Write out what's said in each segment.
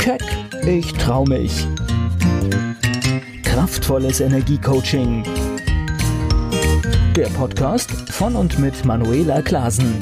Keck, ich trau mich. Kraftvolles Energiecoaching. Der Podcast von und mit Manuela Klasen.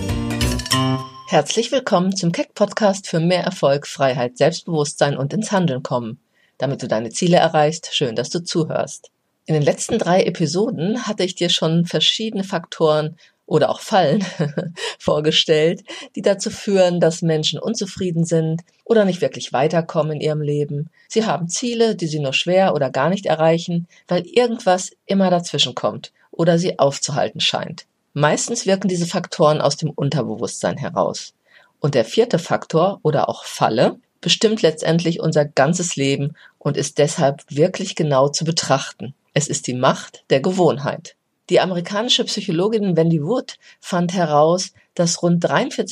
Herzlich willkommen zum Keck-Podcast für mehr Erfolg, Freiheit, Selbstbewusstsein und ins Handeln kommen. Damit du deine Ziele erreichst, schön, dass du zuhörst. In den letzten 3 Episoden hatte ich dir schon verschiedene Faktoren oder auch Fallen vorgestellt, die dazu führen, dass Menschen unzufrieden sind oder nicht wirklich weiterkommen in ihrem Leben. Sie haben Ziele, die sie nur schwer oder gar nicht erreichen, weil irgendwas immer dazwischen kommt oder sie aufzuhalten scheint. Meistens wirken diese Faktoren aus dem Unterbewusstsein heraus. Und der 4. Faktor oder auch Falle bestimmt letztendlich unser ganzes Leben und ist deshalb wirklich genau zu betrachten. Es ist die Macht der Gewohnheit. Die amerikanische Psychologin Wendy Wood fand heraus, dass rund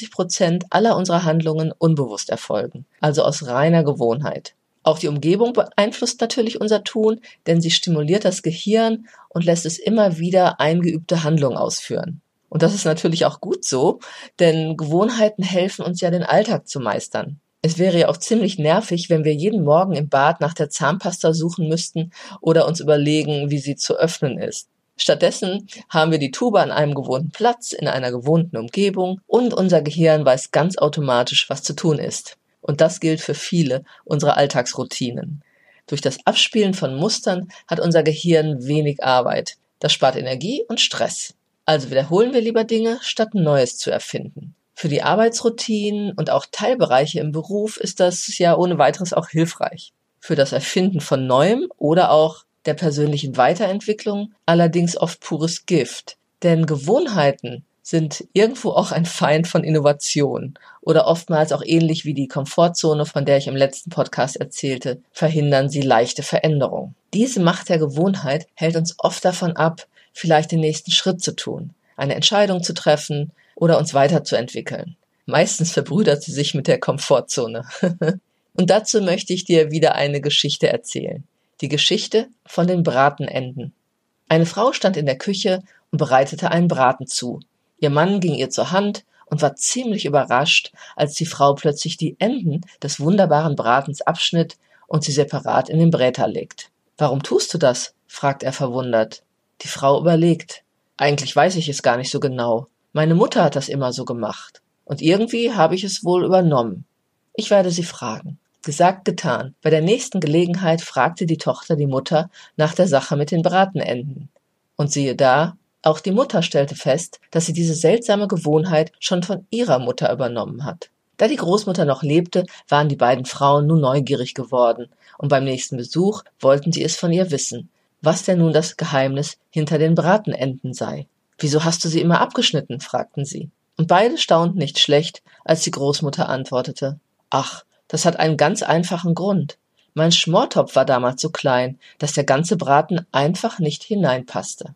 43% aller unserer Handlungen unbewusst erfolgen, also aus reiner Gewohnheit. Auch die Umgebung beeinflusst natürlich unser Tun, denn sie stimuliert das Gehirn und lässt es immer wieder eingeübte Handlungen ausführen. Und das ist natürlich auch gut so, denn Gewohnheiten helfen uns ja, den Alltag zu meistern. Es wäre ja auch ziemlich nervig, wenn wir jeden Morgen im Bad nach der Zahnpasta suchen müssten oder uns überlegen, wie sie zu öffnen ist. Stattdessen haben wir die Tube an einem gewohnten Platz, in einer gewohnten Umgebung und unser Gehirn weiß ganz automatisch, was zu tun ist. Und das gilt für viele unserer Alltagsroutinen. Durch das Abspielen von Mustern hat unser Gehirn wenig Arbeit. Das spart Energie und Stress. Also wiederholen wir lieber Dinge, statt Neues zu erfinden. Für die Arbeitsroutinen und auch Teilbereiche im Beruf ist das ja ohne weiteres auch hilfreich. Für das Erfinden von Neuem oder auch der persönlichen Weiterentwicklung allerdings oft pures Gift. Denn Gewohnheiten sind irgendwo auch ein Feind von Innovation oder oftmals auch ähnlich wie die Komfortzone, von der ich im letzten Podcast erzählte, verhindern sie leichte Veränderung. Diese Macht der Gewohnheit hält uns oft davon ab, vielleicht den nächsten Schritt zu tun, eine Entscheidung zu treffen oder uns weiterzuentwickeln. Meistens verbrüdert sie sich mit der Komfortzone. Und dazu möchte ich dir wieder eine Geschichte erzählen. Die Geschichte von den Bratenenden. Eine Frau stand in der Küche und bereitete einen Braten zu. Ihr Mann ging ihr zur Hand und war ziemlich überrascht, als die Frau plötzlich die Enden des wunderbaren Bratens abschnitt und sie separat in den Bräter legt. »Warum tust du das?« fragt er verwundert. Die Frau überlegt. »Eigentlich weiß ich es gar nicht so genau. Meine Mutter hat das immer so gemacht. Und irgendwie habe ich es wohl übernommen. Ich werde sie fragen.« Gesagt, getan. Bei der nächsten Gelegenheit fragte die Tochter die Mutter nach der Sache mit den Bratenenden. Und siehe da, auch die Mutter stellte fest, dass sie diese seltsame Gewohnheit schon von ihrer Mutter übernommen hat. Da die Großmutter noch lebte, waren die beiden Frauen nun neugierig geworden, und beim nächsten Besuch wollten sie es von ihr wissen, was denn nun das Geheimnis hinter den Bratenenden sei. »Wieso hast du sie immer abgeschnitten?« fragten sie. Und beide staunten nicht schlecht, als die Großmutter antwortete, »Ach, das hat einen ganz einfachen Grund. Mein Schmortopf war damals so klein, dass der ganze Braten einfach nicht hineinpasste.«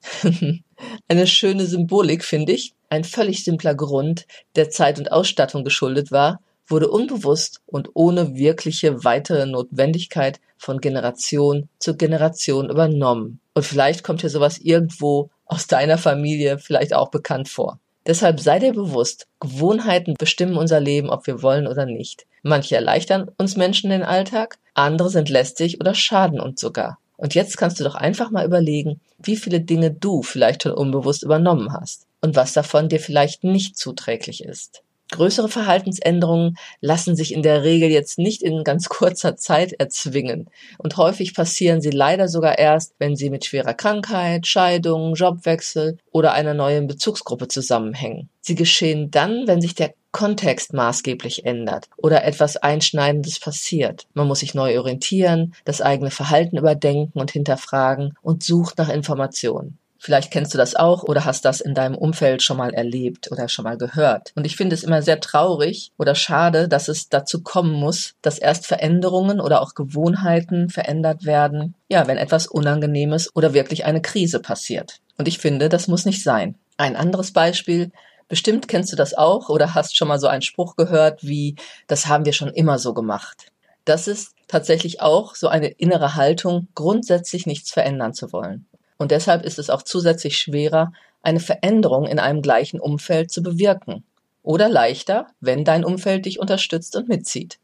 Eine schöne Symbolik, finde ich. Ein völlig simpler Grund, der Zeit und Ausstattung geschuldet war, wurde unbewusst und ohne wirkliche weitere Notwendigkeit von Generation zu Generation übernommen. Und vielleicht kommt dir sowas irgendwo aus deiner Familie vielleicht auch bekannt vor. Deshalb sei dir bewusst, Gewohnheiten bestimmen unser Leben, ob wir wollen oder nicht. Manche erleichtern uns Menschen den Alltag, andere sind lästig oder schaden uns sogar. Und jetzt kannst du doch einfach mal überlegen, wie viele Dinge du vielleicht schon unbewusst übernommen hast und was davon dir vielleicht nicht zuträglich ist. Größere Verhaltensänderungen lassen sich in der Regel jetzt nicht in ganz kurzer Zeit erzwingen und häufig passieren sie leider sogar erst, wenn sie mit schwerer Krankheit, Scheidung, Jobwechsel oder einer neuen Bezugsgruppe zusammenhängen. Sie geschehen dann, wenn sich der Kontext maßgeblich ändert oder etwas Einschneidendes passiert. Man muss sich neu orientieren, das eigene Verhalten überdenken und hinterfragen und sucht nach Informationen. Vielleicht kennst du das auch oder hast das in deinem Umfeld schon mal erlebt oder schon mal gehört. Und ich finde es immer sehr traurig oder schade, dass es dazu kommen muss, dass erst Veränderungen oder auch Gewohnheiten verändert werden, ja, wenn etwas Unangenehmes oder wirklich eine Krise passiert. Und ich finde, das muss nicht sein. Ein anderes Beispiel: Bestimmt kennst du das auch oder hast schon mal so einen Spruch gehört wie, das haben wir schon immer so gemacht. Das ist tatsächlich auch so eine innere Haltung, grundsätzlich nichts verändern zu wollen. Und deshalb ist es auch zusätzlich schwerer, eine Veränderung in einem gleichen Umfeld zu bewirken. Oder leichter, wenn dein Umfeld dich unterstützt und mitzieht.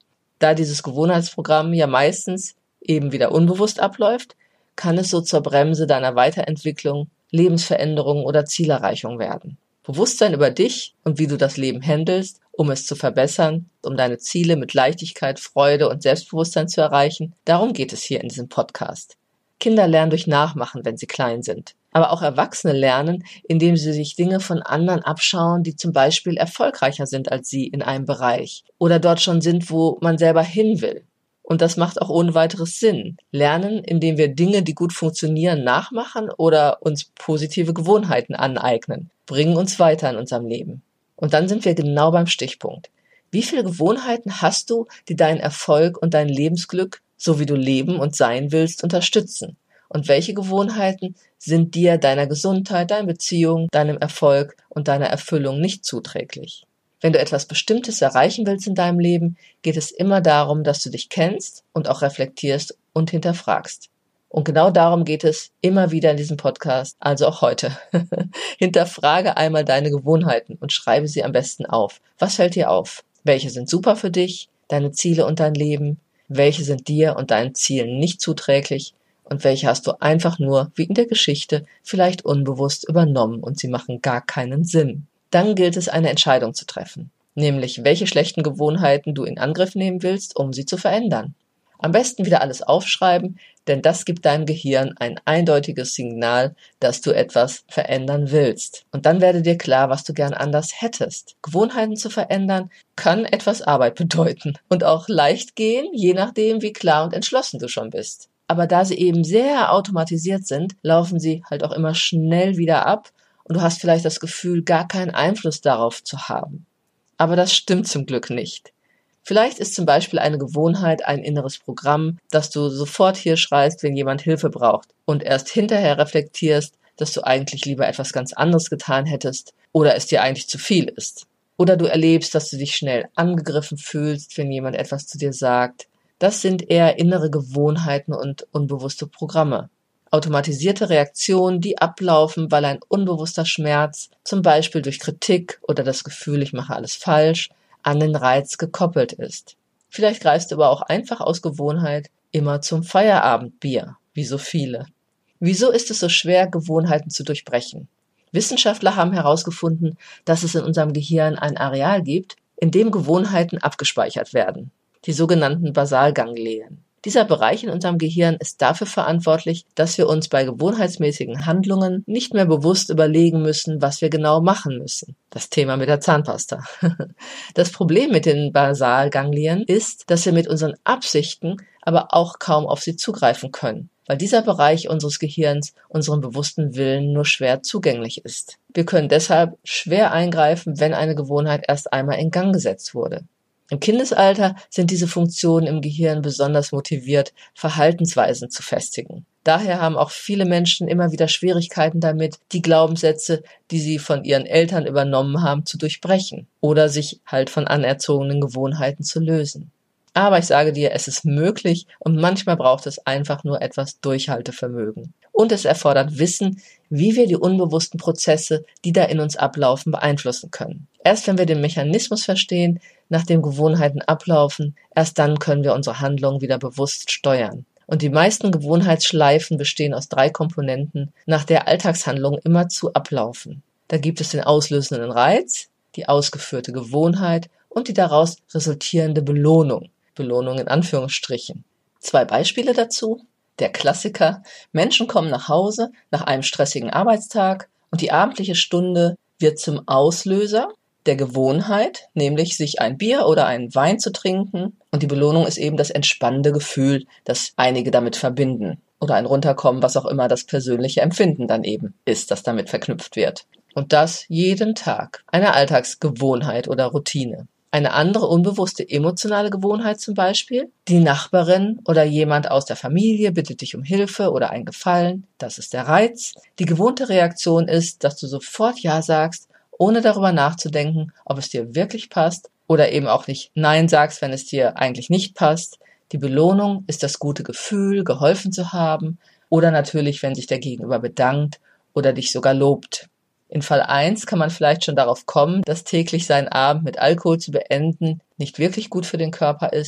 Da dieses Gewohnheitsprogramm ja meistens eben wieder unbewusst abläuft, kann es so zur Bremse deiner Weiterentwicklung, Lebensveränderung oder Zielerreichung werden. Bewusstsein über dich und wie du das Leben handelst, um es zu verbessern, um deine Ziele mit Leichtigkeit, Freude und Selbstbewusstsein zu erreichen, darum geht es hier in diesem Podcast. Kinder lernen durch Nachmachen, wenn sie klein sind. Aber auch Erwachsene lernen, indem sie sich Dinge von anderen abschauen, die zum Beispiel erfolgreicher sind als sie in einem Bereich oder dort schon sind, wo man selber hin will. Und das macht auch ohne weiteres Sinn. Lernen, indem wir Dinge, die gut funktionieren, nachmachen oder uns positive Gewohnheiten aneignen, bringen uns weiter in unserem Leben. Und dann sind wir genau beim Stichpunkt. Wie viele Gewohnheiten hast du, die deinen Erfolg und dein Lebensglück, so wie du leben und sein willst, unterstützen? Und welche Gewohnheiten sind dir, deiner Gesundheit, deiner Beziehung, deinem Erfolg und deiner Erfüllung nicht zuträglich? Wenn du etwas Bestimmtes erreichen willst in deinem Leben, geht es immer darum, dass du dich kennst und auch reflektierst und hinterfragst. Und genau darum geht es immer wieder in diesem Podcast, also auch heute. Hinterfrage einmal deine Gewohnheiten und schreibe sie am besten auf. Was fällt dir auf? Welche sind super für dich, deine Ziele und dein Leben? Welche sind dir und deinen Zielen nicht zuträglich? Und welche hast du einfach nur, wie in der Geschichte, vielleicht unbewusst übernommen und sie machen gar keinen Sinn? Dann gilt es, eine Entscheidung zu treffen, nämlich welche schlechten Gewohnheiten du in Angriff nehmen willst, um sie zu verändern. Am besten wieder alles aufschreiben, denn das gibt deinem Gehirn ein eindeutiges Signal, dass du etwas verändern willst. Und dann werde dir klar, was du gern anders hättest. Gewohnheiten zu verändern kann etwas Arbeit bedeuten und auch leicht gehen, je nachdem, wie klar und entschlossen du schon bist. Aber da sie eben sehr automatisiert sind, laufen sie halt auch immer schnell wieder ab und du hast vielleicht das Gefühl, gar keinen Einfluss darauf zu haben. Aber das stimmt zum Glück nicht. Vielleicht ist zum Beispiel eine Gewohnheit ein inneres Programm, dass du sofort hier schreist, wenn jemand Hilfe braucht und erst hinterher reflektierst, dass du eigentlich lieber etwas ganz anderes getan hättest oder es dir eigentlich zu viel ist. Oder du erlebst, dass du dich schnell angegriffen fühlst, wenn jemand etwas zu dir sagt. Das sind eher innere Gewohnheiten und unbewusste Programme. Automatisierte Reaktionen, die ablaufen, weil ein unbewusster Schmerz, zum Beispiel durch Kritik oder das Gefühl, ich mache alles falsch, an den Reiz gekoppelt ist. Vielleicht greifst du aber auch einfach aus Gewohnheit immer zum Feierabendbier, wie so viele. Wieso ist es so schwer, Gewohnheiten zu durchbrechen? Wissenschaftler haben herausgefunden, dass es in unserem Gehirn ein Areal gibt, in dem Gewohnheiten abgespeichert werden, die sogenannten Basalganglien. Dieser Bereich in unserem Gehirn ist dafür verantwortlich, dass wir uns bei gewohnheitsmäßigen Handlungen nicht mehr bewusst überlegen müssen, was wir genau machen müssen. Das Thema mit der Zahnpasta. Das Problem mit den Basalganglien ist, dass wir mit unseren Absichten aber auch kaum auf sie zugreifen können, weil dieser Bereich unseres Gehirns unserem bewussten Willen nur schwer zugänglich ist. Wir können deshalb schwer eingreifen, wenn eine Gewohnheit erst einmal in Gang gesetzt wurde. Im Kindesalter sind diese Funktionen im Gehirn besonders motiviert, Verhaltensweisen zu festigen. Daher haben auch viele Menschen immer wieder Schwierigkeiten damit, die Glaubenssätze, die sie von ihren Eltern übernommen haben, zu durchbrechen oder sich halt von anerzogenen Gewohnheiten zu lösen. Aber ich sage dir, es ist möglich und manchmal braucht es einfach nur etwas Durchhaltevermögen. Und es erfordert Wissen, wie wir die unbewussten Prozesse, die da in uns ablaufen, beeinflussen können. Erst wenn wir den Mechanismus verstehen, nach dem Gewohnheiten ablaufen, erst dann können wir unsere Handlungen wieder bewusst steuern. Und die meisten Gewohnheitsschleifen bestehen aus 3 Komponenten, nach der Alltagshandlungen immerzu ablaufen. Da gibt es den auslösenden Reiz, die ausgeführte Gewohnheit und die daraus resultierende Belohnung. Belohnung in Anführungsstrichen. 2 Beispiele dazu. Der Klassiker: Menschen kommen nach Hause nach einem stressigen Arbeitstag und die abendliche Stunde wird zum Auslöser der Gewohnheit, nämlich sich ein Bier oder einen Wein zu trinken. Und die Belohnung ist eben das entspannende Gefühl, das einige damit verbinden. Oder ein Runterkommen, was auch immer das persönliche Empfinden dann eben ist, das damit verknüpft wird. Und das jeden Tag. Eine Alltagsgewohnheit oder Routine. Eine andere unbewusste emotionale Gewohnheit zum Beispiel: Die Nachbarin oder jemand aus der Familie bittet dich um Hilfe oder einen Gefallen. Das ist der Reiz. Die gewohnte Reaktion ist, dass du sofort Ja sagst, ohne darüber nachzudenken, ob es dir wirklich passt, oder eben auch nicht Nein sagst, wenn es dir eigentlich nicht passt. Die Belohnung ist das gute Gefühl, geholfen zu haben, oder natürlich, wenn sich der Gegenüber bedankt oder dich sogar lobt. In Fall 1 kann man vielleicht schon darauf kommen, dass täglich seinen Abend mit Alkohol zu beenden nicht wirklich gut für den Körper ist.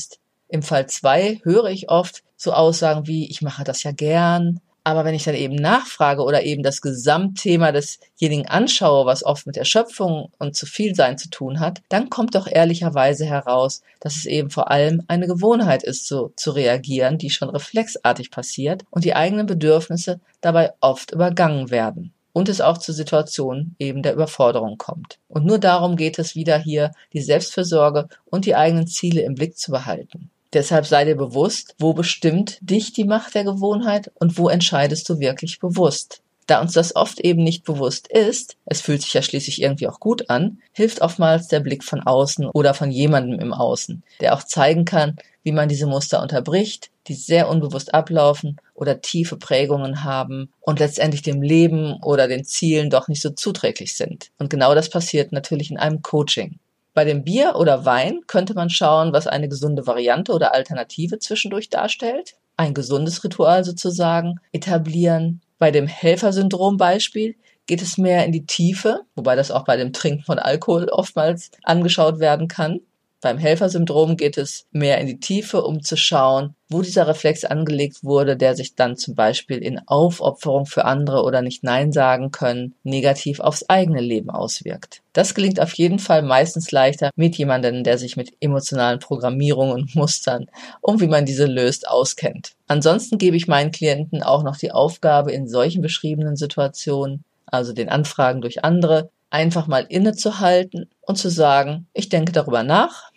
Im Fall 2 höre ich oft so Aussagen wie, ich mache das ja gern. Aber wenn ich dann eben nachfrage oder eben das Gesamtthema desjenigen anschaue, was oft mit Erschöpfung und zu viel sein zu tun hat, dann kommt doch ehrlicherweise heraus, dass es eben vor allem eine Gewohnheit ist, so zu reagieren, die schon reflexartig passiert und die eigenen Bedürfnisse dabei oft übergangen werden. Und es auch zu Situationen eben der Überforderung kommt. Und nur darum geht es wieder hier, die Selbstfürsorge und die eigenen Ziele im Blick zu behalten. Deshalb sei dir bewusst, wo bestimmt dich die Macht der Gewohnheit und wo entscheidest du wirklich bewusst. Da uns das oft eben nicht bewusst ist, es fühlt sich ja schließlich irgendwie auch gut an, hilft oftmals der Blick von außen oder von jemandem im Außen, der auch zeigen kann, wie man diese Muster unterbricht, die sehr unbewusst ablaufen oder tiefe Prägungen haben und letztendlich dem Leben oder den Zielen doch nicht so zuträglich sind. Und genau das passiert natürlich in einem Coaching. Bei dem Bier oder Wein könnte man schauen, was eine gesunde Variante oder Alternative zwischendurch darstellt. Ein gesundes Ritual sozusagen etablieren. Bei dem Helfersyndrom-Beispiel geht es mehr in die Tiefe, wobei das auch bei dem Trinken von Alkohol oftmals angeschaut werden kann. Beim Helfersyndrom geht es mehr in die Tiefe, um zu schauen, wo dieser Reflex angelegt wurde, der sich dann zum Beispiel in Aufopferung für andere oder nicht Nein sagen können, negativ aufs eigene Leben auswirkt. Das gelingt auf jeden Fall meistens leichter mit jemandem, der sich mit emotionalen Programmierungen und Mustern und wie man diese löst, auskennt. Ansonsten gebe ich meinen Klienten auch noch die Aufgabe, in solchen beschriebenen Situationen, also den Anfragen durch andere, einfach mal innezuhalten und zu sagen, ich denke darüber nach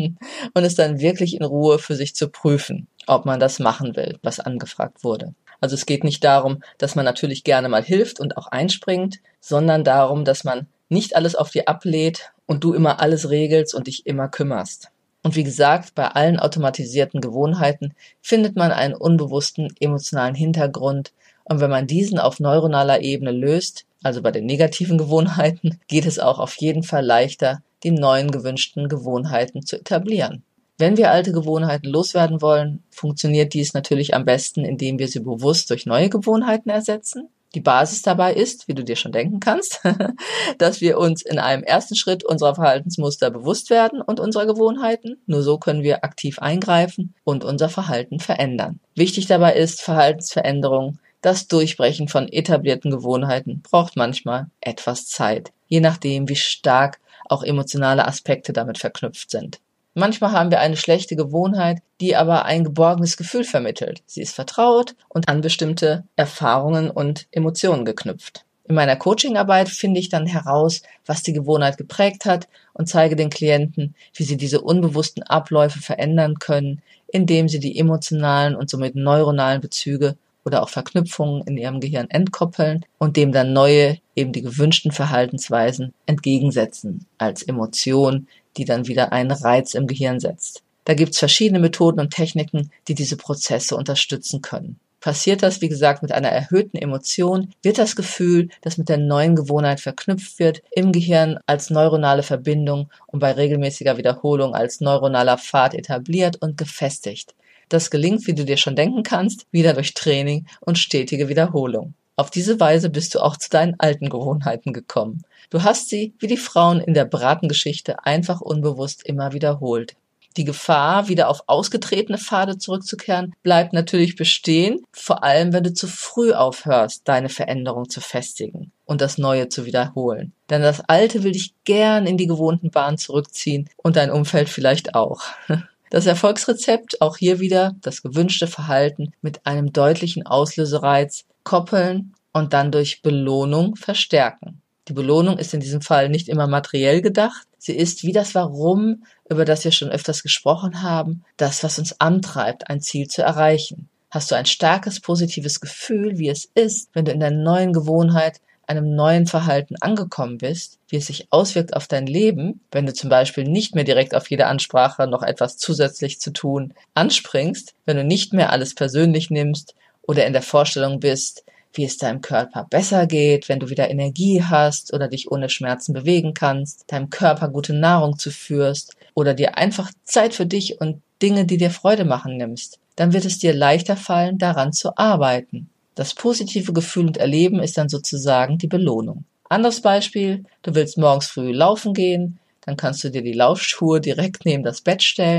und es dann wirklich in Ruhe für sich zu prüfen, ob man das machen will, was angefragt wurde. Also es geht nicht darum, dass man natürlich gerne mal hilft und auch einspringt, sondern darum, dass man nicht alles auf dir ablädt und du immer alles regelst und dich immer kümmerst. Und wie gesagt, bei allen automatisierten Gewohnheiten findet man einen unbewussten emotionalen Hintergrund. Und wenn man diesen auf neuronaler Ebene löst, also bei den negativen Gewohnheiten, geht es auch auf jeden Fall leichter, die neuen gewünschten Gewohnheiten zu etablieren. Wenn wir alte Gewohnheiten loswerden wollen, funktioniert dies natürlich am besten, indem wir sie bewusst durch neue Gewohnheiten ersetzen. Die Basis dabei ist, wie du dir schon denken kannst, dass wir uns in einem ersten Schritt unserer Verhaltensmuster bewusst werden und unserer Gewohnheiten. Nur so können wir aktiv eingreifen und unser Verhalten verändern. Wichtig dabei ist, Verhaltensveränderung, das Durchbrechen von etablierten Gewohnheiten braucht manchmal etwas Zeit, je nachdem, wie stark auch emotionale Aspekte damit verknüpft sind. Manchmal haben wir eine schlechte Gewohnheit, die aber ein geborgenes Gefühl vermittelt. Sie ist vertraut und an bestimmte Erfahrungen und Emotionen geknüpft. In meiner Coachingarbeit finde ich dann heraus, was die Gewohnheit geprägt hat und zeige den Klienten, wie sie diese unbewussten Abläufe verändern können, indem sie die emotionalen und somit neuronalen Bezüge oder auch Verknüpfungen in ihrem Gehirn entkoppeln und dem dann neue, eben die gewünschten Verhaltensweisen entgegensetzen als Emotion, die dann wieder einen Reiz im Gehirn setzt. Da gibt's verschiedene Methoden und Techniken, die diese Prozesse unterstützen können. Passiert das, wie gesagt, mit einer erhöhten Emotion, wird das Gefühl, das mit der neuen Gewohnheit verknüpft wird, im Gehirn als neuronale Verbindung und bei regelmäßiger Wiederholung als neuronaler Pfad etabliert und gefestigt. Das gelingt, wie du dir schon denken kannst, wieder durch Training und stetige Wiederholung. Auf diese Weise bist du auch zu deinen alten Gewohnheiten gekommen. Du hast sie, wie die Frauen in der Bratengeschichte, einfach unbewusst immer wiederholt. Die Gefahr, wieder auf ausgetretene Pfade zurückzukehren, bleibt natürlich bestehen, vor allem wenn du zu früh aufhörst, deine Veränderung zu festigen und das Neue zu wiederholen. Denn das Alte will dich gern in die gewohnten Bahnen zurückziehen und dein Umfeld vielleicht auch. Das Erfolgsrezept, auch hier wieder das gewünschte Verhalten mit einem deutlichen Auslösereiz koppeln und dann durch Belohnung verstärken. Die Belohnung ist in diesem Fall nicht immer materiell gedacht. Sie ist wie das Warum, über das wir schon öfters gesprochen haben, das, was uns antreibt, ein Ziel zu erreichen. Hast du ein starkes, positives Gefühl, wie es ist, wenn du in der neuen Gewohnheit, einem neuen Verhalten angekommen bist, wie es sich auswirkt auf dein Leben, wenn du zum Beispiel nicht mehr direkt auf jede Ansprache noch etwas zusätzlich zu tun anspringst, wenn du nicht mehr alles persönlich nimmst oder in der Vorstellung bist, wie es deinem Körper besser geht, wenn du wieder Energie hast oder dich ohne Schmerzen bewegen kannst, deinem Körper gute Nahrung zuführst oder dir einfach Zeit für dich und Dinge, die dir Freude machen, nimmst, dann wird es dir leichter fallen, daran zu arbeiten. Das positive Gefühl und Erleben ist dann sozusagen die Belohnung. Anderes Beispiel, du willst morgens früh laufen gehen, dann kannst du dir die Laufschuhe direkt neben das Bett stellen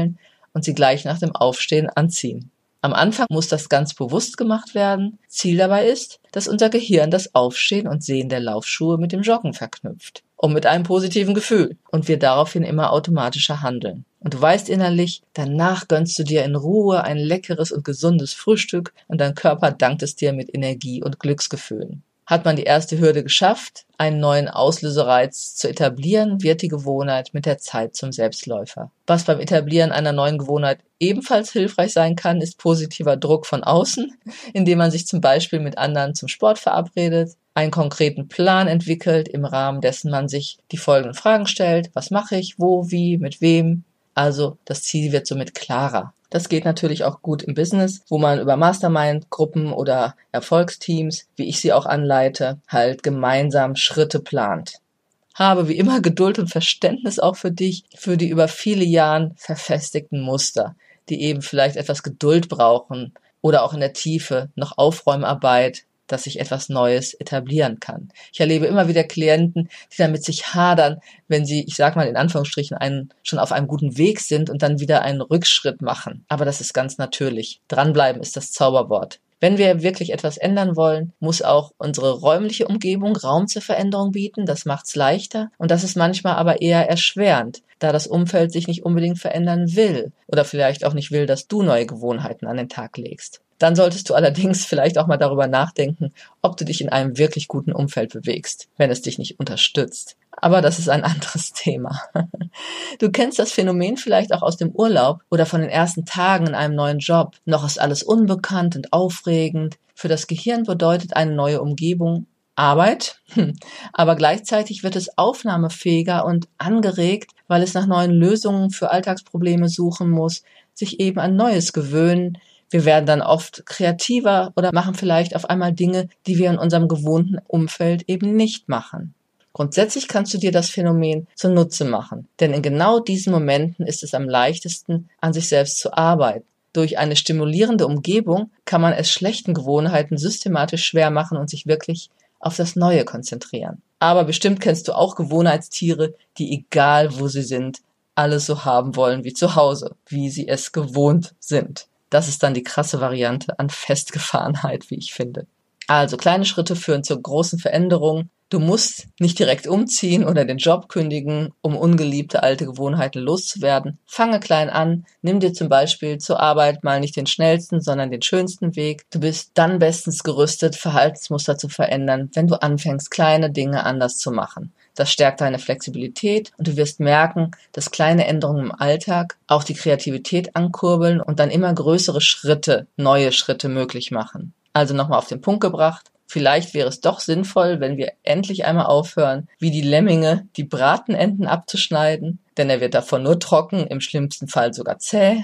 und sie gleich nach dem Aufstehen anziehen. Am Anfang muss das ganz bewusst gemacht werden. Ziel dabei ist, dass unser Gehirn das Aufstehen und Sehen der Laufschuhe mit dem Joggen verknüpft. Und mit einem positiven Gefühl. Und wir daraufhin immer automatischer handeln. Und du weißt innerlich, danach gönnst du dir in Ruhe ein leckeres und gesundes Frühstück und dein Körper dankt es dir mit Energie und Glücksgefühlen. Hat man die erste Hürde geschafft, einen neuen Auslösereiz zu etablieren, wird die Gewohnheit mit der Zeit zum Selbstläufer. Was beim Etablieren einer neuen Gewohnheit ebenfalls hilfreich sein kann, ist positiver Druck von außen, indem man sich zum Beispiel mit anderen zum Sport verabredet, einen konkreten Plan entwickelt, im Rahmen dessen man sich die folgenden Fragen stellt: Was mache ich, wo, wie, mit wem? Also das Ziel wird somit klarer. Das geht natürlich auch gut im Business, wo man über Mastermind-Gruppen oder Erfolgsteams, wie ich sie auch anleite, halt gemeinsam Schritte plant. Habe wie immer Geduld und Verständnis auch für dich, für die über viele Jahre verfestigten Muster, die eben vielleicht etwas Geduld brauchen oder auch in der Tiefe noch Aufräumarbeit, dass sich etwas Neues etablieren kann. Ich erlebe immer wieder Klienten, die dann mit sich hadern, wenn sie, ich sag mal in Anführungsstrichen, schon auf einem guten Weg sind und dann wieder einen Rückschritt machen. Aber das ist ganz natürlich. Dranbleiben ist das Zauberwort. Wenn wir wirklich etwas ändern wollen, muss auch unsere räumliche Umgebung Raum zur Veränderung bieten. Das macht's leichter. Und das ist manchmal aber eher erschwerend, da das Umfeld sich nicht unbedingt verändern will oder vielleicht auch nicht will, dass du neue Gewohnheiten an den Tag legst. Dann solltest du allerdings vielleicht auch mal darüber nachdenken, ob du dich in einem wirklich guten Umfeld bewegst, wenn es dich nicht unterstützt. Aber das ist ein anderes Thema. Du kennst das Phänomen vielleicht auch aus dem Urlaub oder von den ersten Tagen in einem neuen Job. Noch ist alles unbekannt und aufregend. Für das Gehirn bedeutet eine neue Umgebung Arbeit, aber gleichzeitig wird es aufnahmefähiger und angeregt, weil es nach neuen Lösungen für Alltagsprobleme suchen muss, sich eben an Neues gewöhnen. Wir werden dann oft kreativer oder machen vielleicht auf einmal Dinge, die wir in unserem gewohnten Umfeld eben nicht machen. Grundsätzlich kannst du dir das Phänomen zunutze machen, denn in genau diesen Momenten ist es am leichtesten, an sich selbst zu arbeiten. Durch eine stimulierende Umgebung kann man es schlechten Gewohnheiten systematisch schwer machen und sich wirklich auf das Neue konzentrieren. Aber bestimmt kennst du auch Gewohnheitstiere, die egal wo sie sind, alles so haben wollen wie zu Hause, wie sie es gewohnt sind. Das ist dann die krasse Variante an Festgefahrenheit, wie ich finde. Also kleine Schritte führen zur großen Veränderung. Du musst nicht direkt umziehen oder den Job kündigen, um ungeliebte alte Gewohnheiten loszuwerden. Fange klein an. Nimm dir zum Beispiel zur Arbeit mal nicht den schnellsten, sondern den schönsten Weg. Du bist dann bestens gerüstet, Verhaltensmuster zu verändern, wenn du anfängst, kleine Dinge anders zu machen. Das stärkt deine Flexibilität und du wirst merken, dass kleine Änderungen im Alltag auch die Kreativität ankurbeln und dann immer größere Schritte, neue Schritte möglich machen. Also nochmal auf den Punkt gebracht. Vielleicht wäre es doch sinnvoll, wenn wir endlich einmal aufhören, wie die Lemminge die Bratenenden abzuschneiden, denn er wird davon nur trocken, im schlimmsten Fall sogar zäh.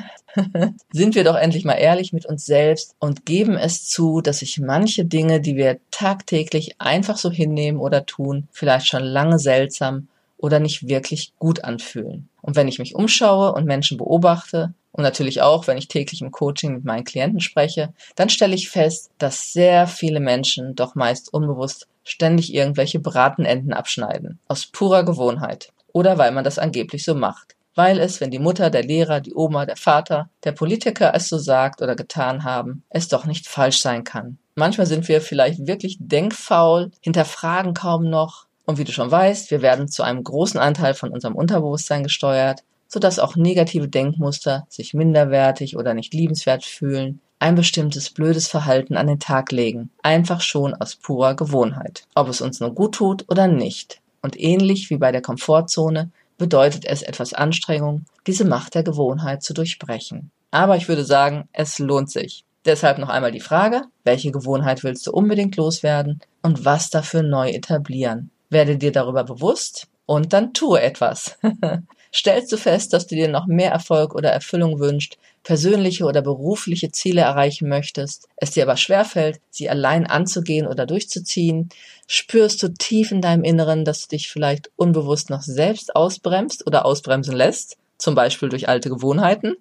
Sind wir doch endlich mal ehrlich mit uns selbst und geben es zu, dass sich manche Dinge, die wir tagtäglich einfach so hinnehmen oder tun, vielleicht schon lange seltsam oder nicht wirklich gut anfühlen. Und wenn ich mich umschaue und Menschen beobachte, und natürlich auch, wenn ich täglich im Coaching mit meinen Klienten spreche, dann stelle ich fest, dass sehr viele Menschen doch meist unbewusst ständig irgendwelche Bratenenden abschneiden. Aus purer Gewohnheit. Oder weil man das angeblich so macht. Weil es, wenn die Mutter, der Lehrer, die Oma, der Vater, der Politiker es so sagt oder getan haben, es doch nicht falsch sein kann. Manchmal sind wir vielleicht wirklich denkfaul, hinterfragen kaum noch. Und wie du schon weißt, wir werden zu einem großen Anteil von unserem Unterbewusstsein gesteuert, sodass auch negative Denkmuster sich minderwertig oder nicht liebenswert fühlen, ein bestimmtes blödes Verhalten an den Tag legen, einfach schon aus purer Gewohnheit, ob es uns nur gut tut oder nicht. Und ähnlich wie bei der Komfortzone bedeutet es etwas Anstrengung, diese Macht der Gewohnheit zu durchbrechen. Aber ich würde sagen, es lohnt sich. Deshalb noch einmal die Frage, welche Gewohnheit willst du unbedingt loswerden und was dafür neu etablieren? Werde dir darüber bewusst und dann tue etwas. Stellst du fest, dass du dir noch mehr Erfolg oder Erfüllung wünschst, persönliche oder berufliche Ziele erreichen möchtest, es dir aber schwerfällt, sie allein anzugehen oder durchzuziehen, spürst du tief in deinem Inneren, dass du dich vielleicht unbewusst noch selbst ausbremst oder ausbremsen lässt, zum Beispiel durch alte Gewohnheiten,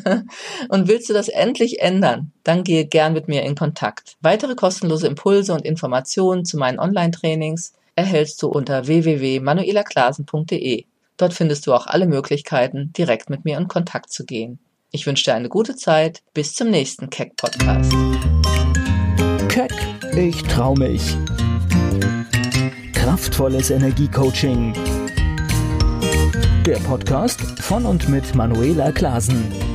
und willst du das endlich ändern, dann gehe gern mit mir in Kontakt. Weitere kostenlose Impulse und Informationen zu meinen Online-Trainings erhältst du unter www.manuelaklasen.de. Dort findest du auch alle Möglichkeiten, direkt mit mir in Kontakt zu gehen. Ich wünsche dir eine gute Zeit. Bis zum nächsten Keck-Podcast. Keck, ich trau mich. Kraftvolles Energiecoaching. Der Podcast von und mit Manuela Klasen.